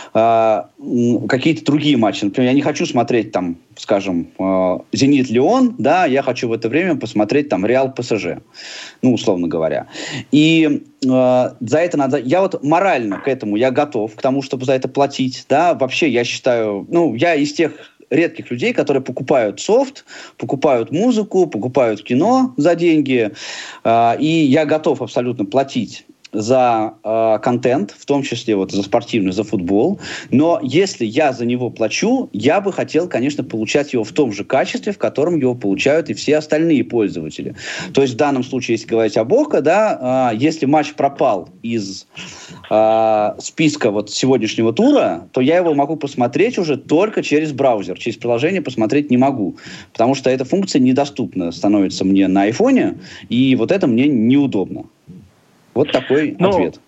какие-то другие матчи. Например, я не хочу смотреть, там, скажем, «Зенит-Лион», да, я хочу в это время посмотреть там «Реал-ПСЖ», условно говоря. И за это надо... Я морально к этому, я готов, к тому, чтобы за это платить, да, вообще я считаю... я из тех редких людей, которые покупают софт, покупают музыку, покупают кино за деньги, и я готов абсолютно платить за контент, в том числе за спортивный, за футбол. Но если я за него плачу, я бы хотел, конечно, получать его в том же качестве, в котором его получают и все остальные пользователи. То есть в данном случае, если говорить об ОКО, да, если матч пропал из списка сегодняшнего тура, то я его могу посмотреть уже только через браузер. Через приложение посмотреть не могу. Потому что эта функция недоступна становится мне на айфоне, и это мне неудобно. Вот такой ответ.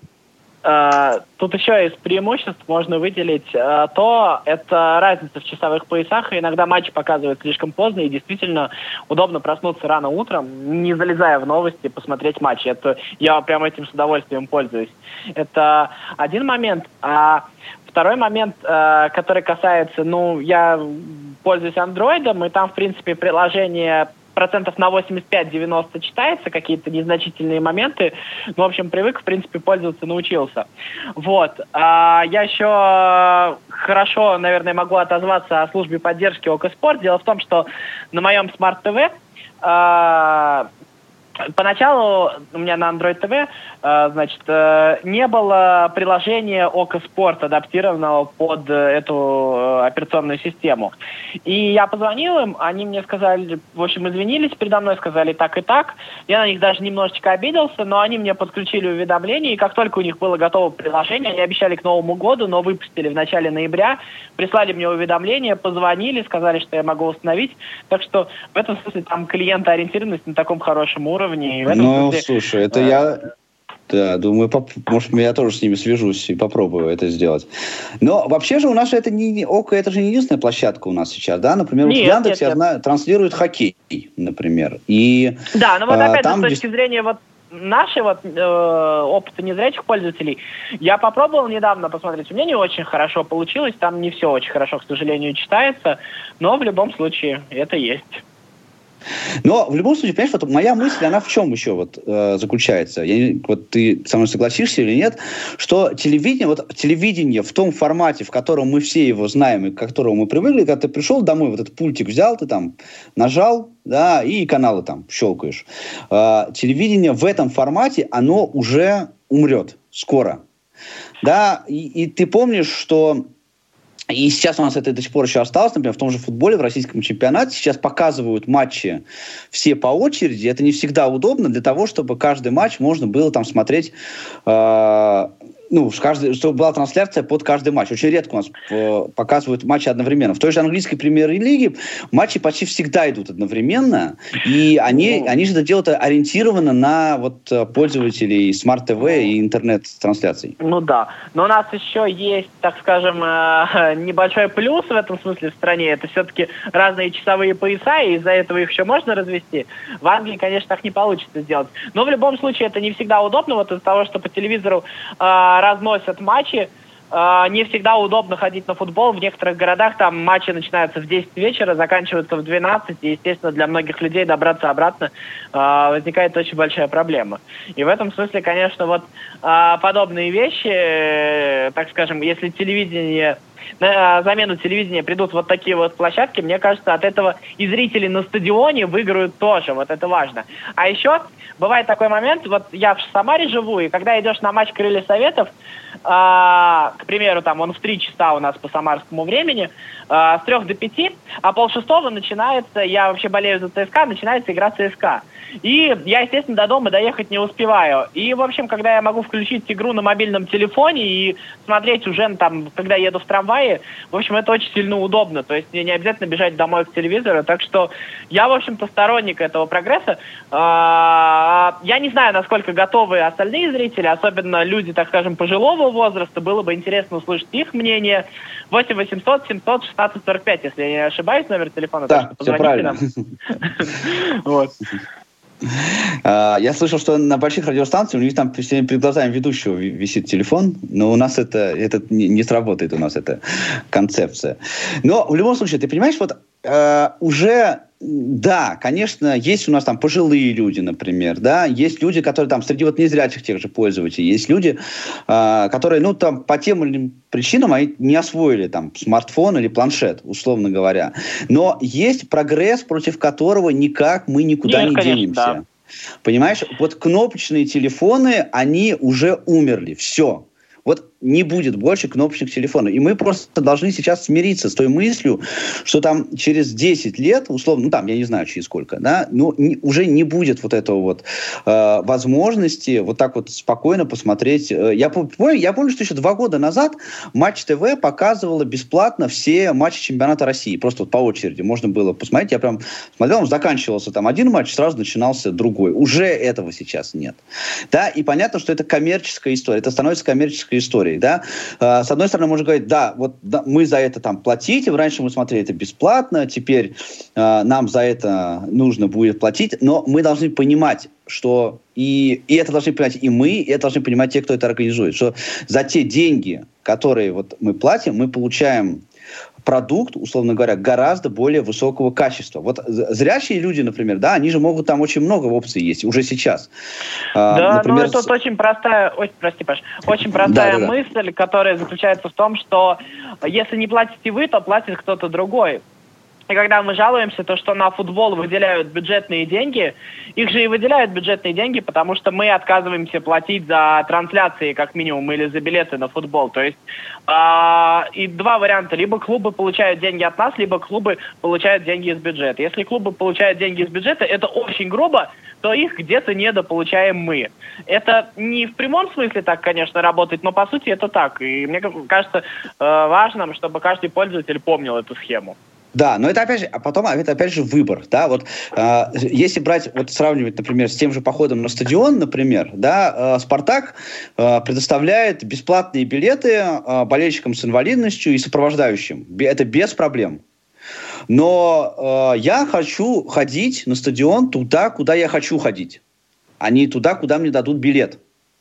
Тут еще из преимуществ можно выделить это разница в часовых поясах. Иногда матчи показывают слишком поздно, и действительно удобно проснуться рано утром, не залезая в новости, посмотреть матчи. Я прямо этим с удовольствием пользуюсь. Это один момент. А второй момент, который касается, я пользуюсь андроидом, и там, в принципе, приложение процентов на 85-90 читается, какие-то незначительные моменты. В общем, привык, в принципе, пользоваться, научился. Я еще хорошо, наверное, могу отозваться о службе поддержки Окоспорт. Дело в том, что на моем Smart TV поначалу у меня на Android TV, не было приложения Окоспорт, адаптированного под эту операционную систему. И я позвонил им, они мне сказали, в общем, извинились передо мной, сказали так и так. Я на них даже немножечко обиделся, но они мне подключили уведомления, и как только у них было готово приложение, они обещали к Новому году, но выпустили в начале ноября, прислали мне уведомления, позвонили, сказали, что я могу установить. Так что в этом смысле там клиентоориентированность на таком хорошем уровне. Слушай, это я... Да, думаю, может, я тоже с ними свяжусь и попробую это сделать. Но вообще же у нас это не ОКО, это же не единственная площадка у нас сейчас, да? Например, в Яндексе я знаю, транслирует хоккей, например. Да, опять же, с точки зрения нашего опыта незрячих пользователей, я попробовал недавно посмотреть, у меня не очень хорошо получилось, там не все очень хорошо, к сожалению, читается, но в любом случае это есть. Но в любом случае, понимаешь, моя мысль, она в чем еще заключается? Ты со мной согласишься или нет, что телевидение в том формате, в котором мы все его знаем и к которому мы привыкли, когда ты пришел домой, этот пультик взял, ты там нажал, да, и каналы там щелкаешь. Телевидение в этом формате, оно уже умрет скоро. Да, и ты помнишь, что И сейчас у нас это до сих пор еще осталось, например, в том же футболе, в российском чемпионате. Сейчас показывают матчи все по очереди. Это не всегда удобно для того, чтобы каждый матч можно было там смотреть... чтобы была трансляция под каждый матч. Очень редко у нас показывают матчи одновременно. В той же английской премьер-лиге матчи почти всегда идут одновременно, и они же это делают ориентированно на пользователей смарт-ТВ и интернет-трансляций. Ну да. Но у нас еще есть, так скажем, небольшой плюс в этом смысле в стране. Это все-таки разные часовые пояса, и из-за этого их еще можно развести. В Англии, конечно, так не получится сделать. Но в любом случае это не всегда удобно. Вот из-за того, что по телевизору разносят матчи. Не всегда удобно ходить на футбол. В некоторых городах там матчи начинаются в 10 вечера, заканчиваются в 12. И, естественно, для многих людей добраться обратно возникает очень большая проблема. И в этом смысле, конечно, подобные вещи, так скажем, если на замену телевидения придут вот такие вот площадки, мне кажется, от этого и зрители на стадионе выиграют тоже. Вот это важно. А еще бывает такой момент, я в Самаре живу, и когда идешь на матч «Крылья Советов», к примеру, там он в 3 часа у нас по самарскому времени, с 3 до 5, а 5:30 начинается, я вообще болею за ЦСКА, начинается игра ЦСКА. И я, естественно, до дома доехать не успеваю. И, в общем, когда я могу включить игру на мобильном телефоне и смотреть уже там, когда еду в трамвае, в общем, это очень сильно удобно. То есть мне не обязательно бежать домой к телевизору. Так что я, в общем-то, сторонник этого прогресса. Я не знаю, насколько готовы остальные зрители, особенно люди, так скажем, пожилого возраста. Было бы интересно услышать их мнение. 8 800 700 16 45, если я не ошибаюсь, номер телефона. Да, все правильно. Вот. Я слышал, что на больших радиостанциях у них там перед глазами ведущего висит телефон, но у нас это не сработает, у нас эта концепция. Но в любом случае, ты понимаешь, уже, да, конечно, есть у нас там пожилые люди, например, да, есть люди, которые там среди незрячих тех же пользователей, есть люди, которые, там по тем или иным причинам они не освоили там смартфон или планшет, условно говоря. Но есть прогресс, против которого никак мы никуда не денемся. Да. Понимаешь, кнопочные телефоны, они уже умерли, все. Не будет больше кнопочных телефонов. И мы просто должны сейчас смириться с той мыслью, что там через 10 лет, условно, я не знаю, через сколько, да, уже не будет этого возможности так спокойно посмотреть. Я помню, что еще 2 года назад Матч ТВ показывала бесплатно все матчи чемпионата России. Просто по очереди можно было посмотреть. Я прям смотрел, заканчивался там один матч, сразу начинался другой. Уже этого сейчас нет. Да, и понятно, что это коммерческая история. Это становится коммерческой историей. Да? С одной стороны, можно говорить, мы за это там платим, раньше мы смотрели это бесплатно, теперь нам за это нужно будет платить, но мы должны понимать, что и это должны понимать и мы, и это должны понимать те, кто это организует, что за те деньги, которые мы платим, мы получаем продукт, условно говоря, гораздо более высокого качества. Зрячие люди, например, да, они же могут там очень много опций есть уже сейчас. Да, например, это очень простая, очень простая мысль, которая заключается в том, что если не платите вы, то платит кто-то другой. И когда мы жалуемся, то что на футбол выделяют бюджетные деньги, их же и выделяют бюджетные деньги, потому что мы отказываемся платить за трансляции, как минимум, или за билеты на футбол. То есть и 2 варианта. Либо клубы получают деньги от нас, либо клубы получают деньги из бюджета. Если клубы получают деньги из бюджета, это очень грубо, то их где-то недополучаем мы. Это не в прямом смысле так, конечно, работает, но по сути это так. И мне кажется важным, чтобы каждый пользователь помнил эту схему. Да, но это опять же выбор, да, если брать, сравнивать, например, с тем же походом на стадион, например, да, «Спартак» предоставляет бесплатные билеты болельщикам с инвалидностью и сопровождающим, это без проблем. Но я хочу ходить на стадион туда, куда я хочу ходить, а не туда, куда мне дадут билет.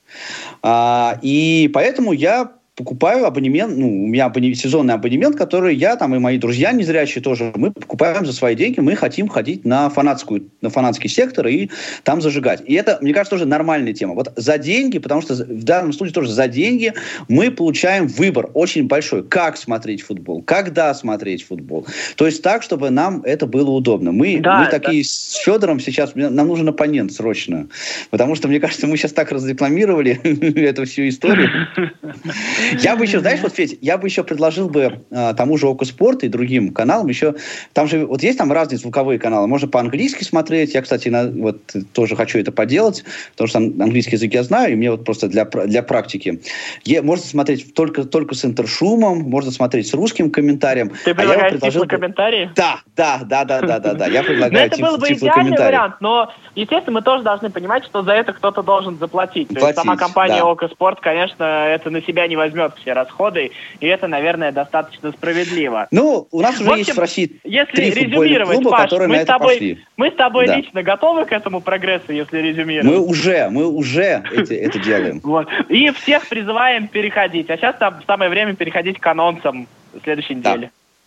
И поэтому я покупаю абонемент, у меня сезонный абонемент, который я и мои друзья незрячие тоже, мы покупаем за свои деньги, мы хотим ходить на фанатский сектор и там зажигать. И это, мне кажется, тоже нормальная тема. За деньги, потому что в данном случае тоже за деньги мы получаем выбор очень большой, как смотреть футбол, когда смотреть футбол. То есть так, чтобы нам это было удобно. Мы такие с Федором сейчас, нам нужен оппонент срочно, потому что, мне кажется, мы сейчас так разрекламировали эту всю историю. Я бы еще, знаешь, вот, Федь, я бы еще предложил бы тому же Око Спорт и другим каналам еще, там же, вот есть там разные звуковые каналы, можно по-английски смотреть, я, кстати, вот тоже хочу это поделать, потому что английский язык я знаю, и мне вот просто для практики. Можно смотреть только с интершумом, можно смотреть с русским комментарием. Ты предлагаешь тифлокомментарии? Да, я предлагаю это был бы идеальный вариант, но, естественно, мы тоже должны понимать, что за это кто-то должен заплатить. То есть сама компания Око Спорт, конечно, это на себя не возьмет все расходы, и это, наверное, достаточно справедливо. Ну, у нас уже есть в России если 3 футбольных клуба, Паш, которые на это пошли. Мы с тобой лично готовы к этому прогрессу, если резюмировать? Мы уже это делаем. Вот. И всех призываем переходить. А сейчас самое время переходить к анонсам следующей недели.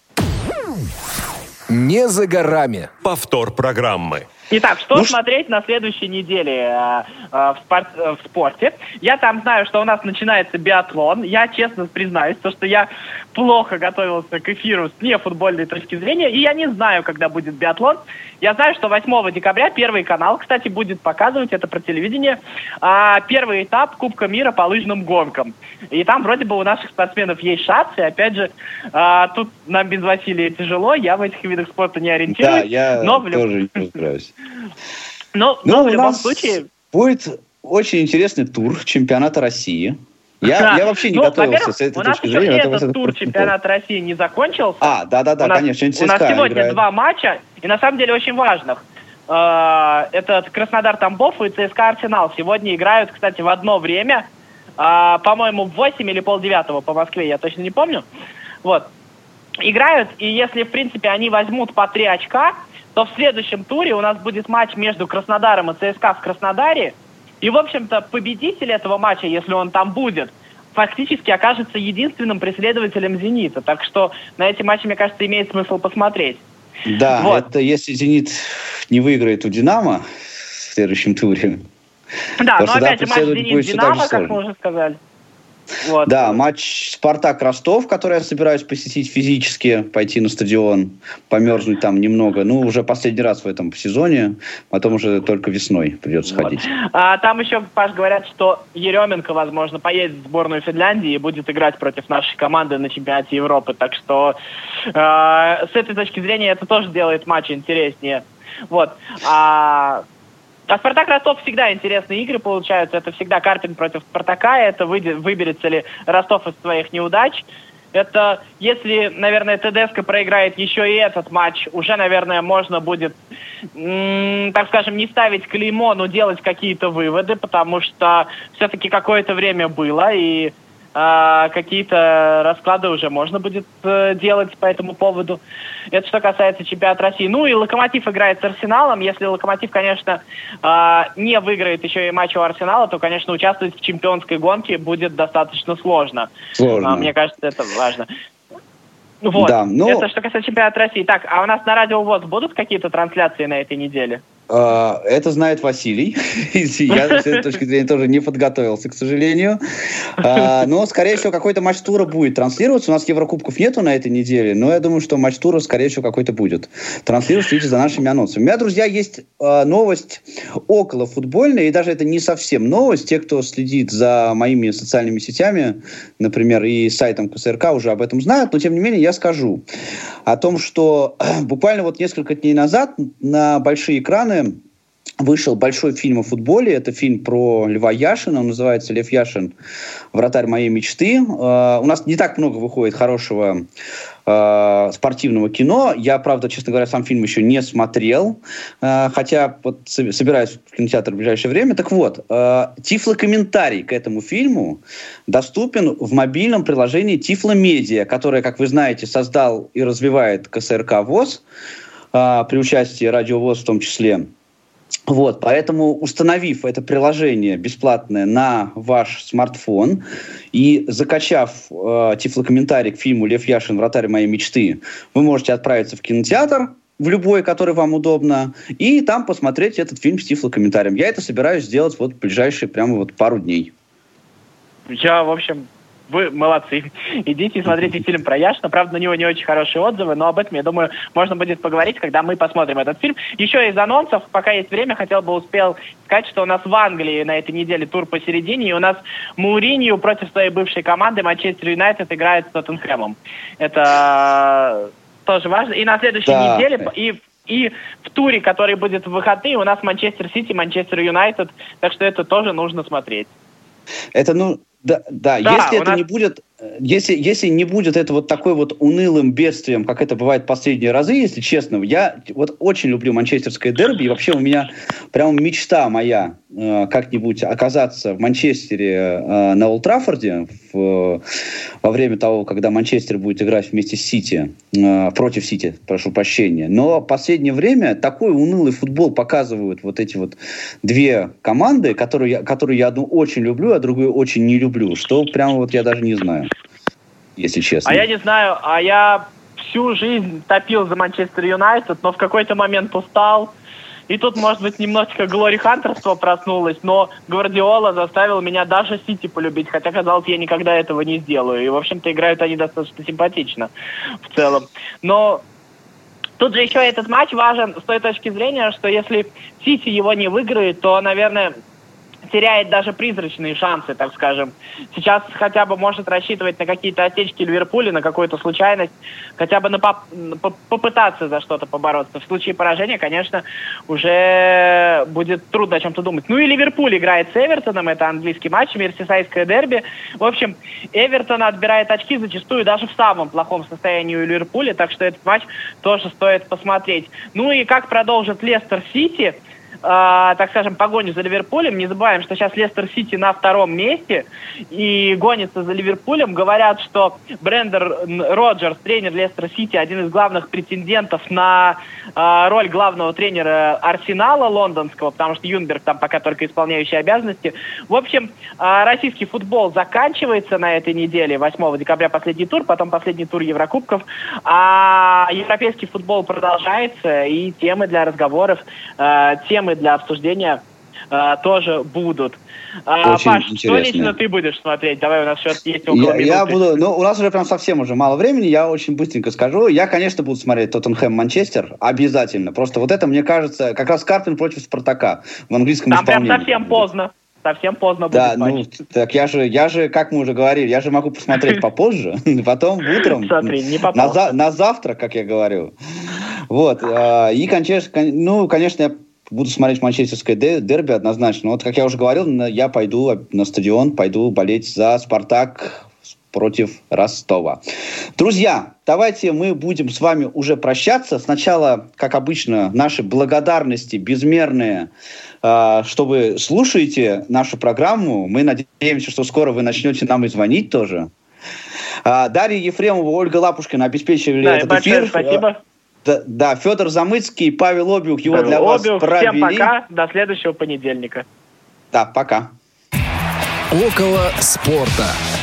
Не за горами. Повтор программы. Итак, что смотреть на следующей неделе в спорте? Я там знаю, что у нас начинается биатлон. Я честно признаюсь, что я плохо готовился к эфиру с нефутбольной точки зрения, и я не знаю, когда будет биатлон. Я знаю, что 8 декабря Первый канал, кстати, будет показывать, это про телевидение, первый этап Кубка мира по лыжным гонкам. И там вроде бы у наших спортсменов есть шансы. Опять же, тут нам без Василия тяжело, я в этих видах спорта не ориентируюсь. Да, я тоже не разбираюсь. Но в любом случае... Будет очень интересный тур чемпионата России. Я вообще не готовился с этой точки зрения. У нас еще этот тур чемпионата России не закончился. Да, конечно. У нас сегодня 2 матча, и на самом деле очень важных. Это Краснодар-Тамбов и ЦСКА Арсенал. Сегодня играют, кстати, в одно время. По-моему, в 8 или 8:30 по Москве, я точно не помню. Вот. Играют, и если, в принципе, они возьмут по 3 очка, то в следующем туре у нас будет матч между Краснодаром и ЦСКА в Краснодаре. И, в общем-то, победитель этого матча, если он там будет, фактически окажется единственным преследователем «Зенита». Так что на эти матчи, мне кажется, имеет смысл посмотреть. Да, вот. Это если «Зенит» не выиграет у «Динамо» в следующем туре. Да, но опять же матч «Зенит-Динамо», как мы уже сказали. Вот. Да, матч «Спартак-Ростов», который я собираюсь посетить физически, пойти на стадион, померзнуть там немного. Уже последний раз в этом сезоне, потом уже только весной придется ходить. Там еще, Паш, говорят, что Еременко, возможно, поедет в сборную Финляндии и будет играть против нашей команды на чемпионате Европы. Так что с этой точки зрения это тоже делает матч интереснее. Вот. А «Спартак-Ростов» всегда интересные игры получаются. Это всегда Карпин против «Спартака». Это выберется ли Ростов из своих неудач. Это если, наверное, ТДСК проиграет еще и этот матч, уже, наверное, можно будет, так скажем, не ставить клеймо, но делать какие-то выводы, потому что все-таки какое-то время было, и какие-то расклады уже можно будет делать по этому поводу. Это что касается чемпионата России. И «Локомотив» играет с «Арсеналом». Если «Локомотив», конечно, не выиграет еще и матч у «Арсенала», то, конечно, участвовать в чемпионской гонке будет достаточно сложно. Мне кажется, это важно. Вот. Да, это что касается чемпионата России. Так, а у нас на Радио ВОС будут какие-то трансляции на этой неделе? Это знает Василий. Я с этой точки зрения тоже не подготовился, к сожалению. Но, скорее всего, какой-то матч тура будет транслироваться. У нас Еврокубков нету на этой неделе, но я думаю, что матч тура, скорее всего, какой-то будет транслироваться. Следите за нашими анонсами. У меня, друзья, есть новость около футбольная, и даже это не совсем новость. Те, кто следит за моими социальными сетями, например, и сайтом КСРК, уже об этом знают, но, тем не менее, я скажу о том, что буквально вот несколько дней назад на большие экраны вышел большой фильм о футболе. Это фильм про Льва Яшина. Он называется «Лев Яшин. Вратарь моей мечты». У нас не так много выходит хорошего спортивного кино. Я, правда, честно говоря, сам фильм еще не смотрел. Хотя вот собираюсь в кинотеатр в ближайшее время. Так вот, тифлокомментарий к этому фильму доступен в мобильном приложении Тифломедиа, которое, как вы знаете, создал и развивает КСРК ВОС при участии Радио ВОС в том числе. Вот, поэтому, установив это приложение бесплатное на ваш смартфон и закачав тифлокомментарий к фильму «Лев Яшин. Вратарь моей мечты», вы можете отправиться в кинотеатр, в любой, который вам удобно, и там посмотреть этот фильм с тифлокомментарием. Я это собираюсь сделать вот в ближайшие прямо вот пару дней. Я, в общем, вы молодцы. Идите и смотрите фильм про Яшина. Правда, на него не очень хорошие отзывы, но об этом, я думаю, можно будет поговорить, когда мы посмотрим этот фильм. Еще из анонсов, пока есть время, успел сказать, что у нас в Англии на этой неделе тур посередине, и у нас Мауриньо против своей бывшей команды Манчестер Юнайтед играет с Тоттенхэмом. Это тоже важно. И на следующей неделе, и в туре, который будет в выходные, у нас Манчестер Сити, Манчестер Юнайтед, так что это тоже нужно смотреть. Это, да, если это не будет, если не будет это вот такой вот унылым бедствием, как это бывает в последние разы, если честно, я вот очень люблю манчестерское дерби, и вообще у меня прям мечта моя как-нибудь оказаться в Манчестере на Олд Траффорде во время того, когда Манчестер будет играть вместе с Сити, против Сити, прошу прощения. Но в последнее время такой унылый футбол показывают вот эти вот две команды, которую я одну очень люблю, а другую очень не люблю, что прям вот я даже не знаю, если честно. А я не знаю, я всю жизнь топил за Манчестер Юнайтед, но в какой-то момент устал. И тут, может быть, немножечко глори-хантерство проснулось, но Гвардиола заставил меня даже Сити полюбить, хотя, казалось, я никогда этого не сделаю. И, в общем-то, играют они достаточно симпатично в целом. Но тут же еще этот матч важен с той точки зрения, что если Сити его не выиграет, то, наверное, теряет даже призрачные шансы, так скажем. Сейчас хотя бы может рассчитывать на какие-то осечки Ливерпуля, на какую-то случайность, хотя бы попытаться за что-то побороться. В случае поражения, конечно, уже будет трудно о чем-то думать. Ну и Ливерпуль играет с Эвертоном, это английский матч, мерсисайдское дерби. В общем, Эвертон отбирает очки зачастую даже в самом плохом состоянии у Ливерпуля, так что этот матч тоже стоит посмотреть. Ну и как продолжит Лестер-Сити, так скажем, погоню за Ливерпулем. Не забываем, что сейчас Лестер-Сити на втором месте и гонится за Ливерпулем. Говорят, что Брендан Роджерс, тренер Лестер-Сити, один из главных претендентов на роль главного тренера Арсенала лондонского, потому что Юнберг там пока только исполняющий обязанности. В общем, российский футбол заканчивается на этой неделе, 8 декабря последний тур, потом последний тур Еврокубков, а европейский футбол продолжается, и темы для разговоров, темы для обсуждения тоже будут. Паш, интересно. Что лично ты будешь смотреть? Давай, у нас сейчас есть около минуты. Я буду, у нас уже прям совсем уже мало времени, я очень быстренько скажу. Я, конечно, буду смотреть Тоттенхэм-Манчестер, обязательно. Просто вот это, мне кажется, как раз Карпин против Спартака в английском исполнении. Там прям совсем поздно будет. Да, так я же, как мы уже говорили, я же могу посмотреть попозже, потом утром, на завтрак, как я говорю. Вот, и, конечно, я буду смотреть манчестерское дерби однозначно. Вот, как я уже говорил, я пойду на стадион, пойду болеть за «Спартак» против Ростова. Друзья, давайте мы будем с вами уже прощаться. Сначала, как обычно, наши благодарности безмерные, что вы слушаете нашу программу. Мы надеемся, что скоро вы начнете нам и звонить тоже. Дарья Ефремова, Ольга Лапушкина обеспечили этот эфир. Спасибо. Да, Федор Замыцкий, Павел Обиух его для вас провели. Всем пока, до следующего понедельника. Да, пока. Около спорта.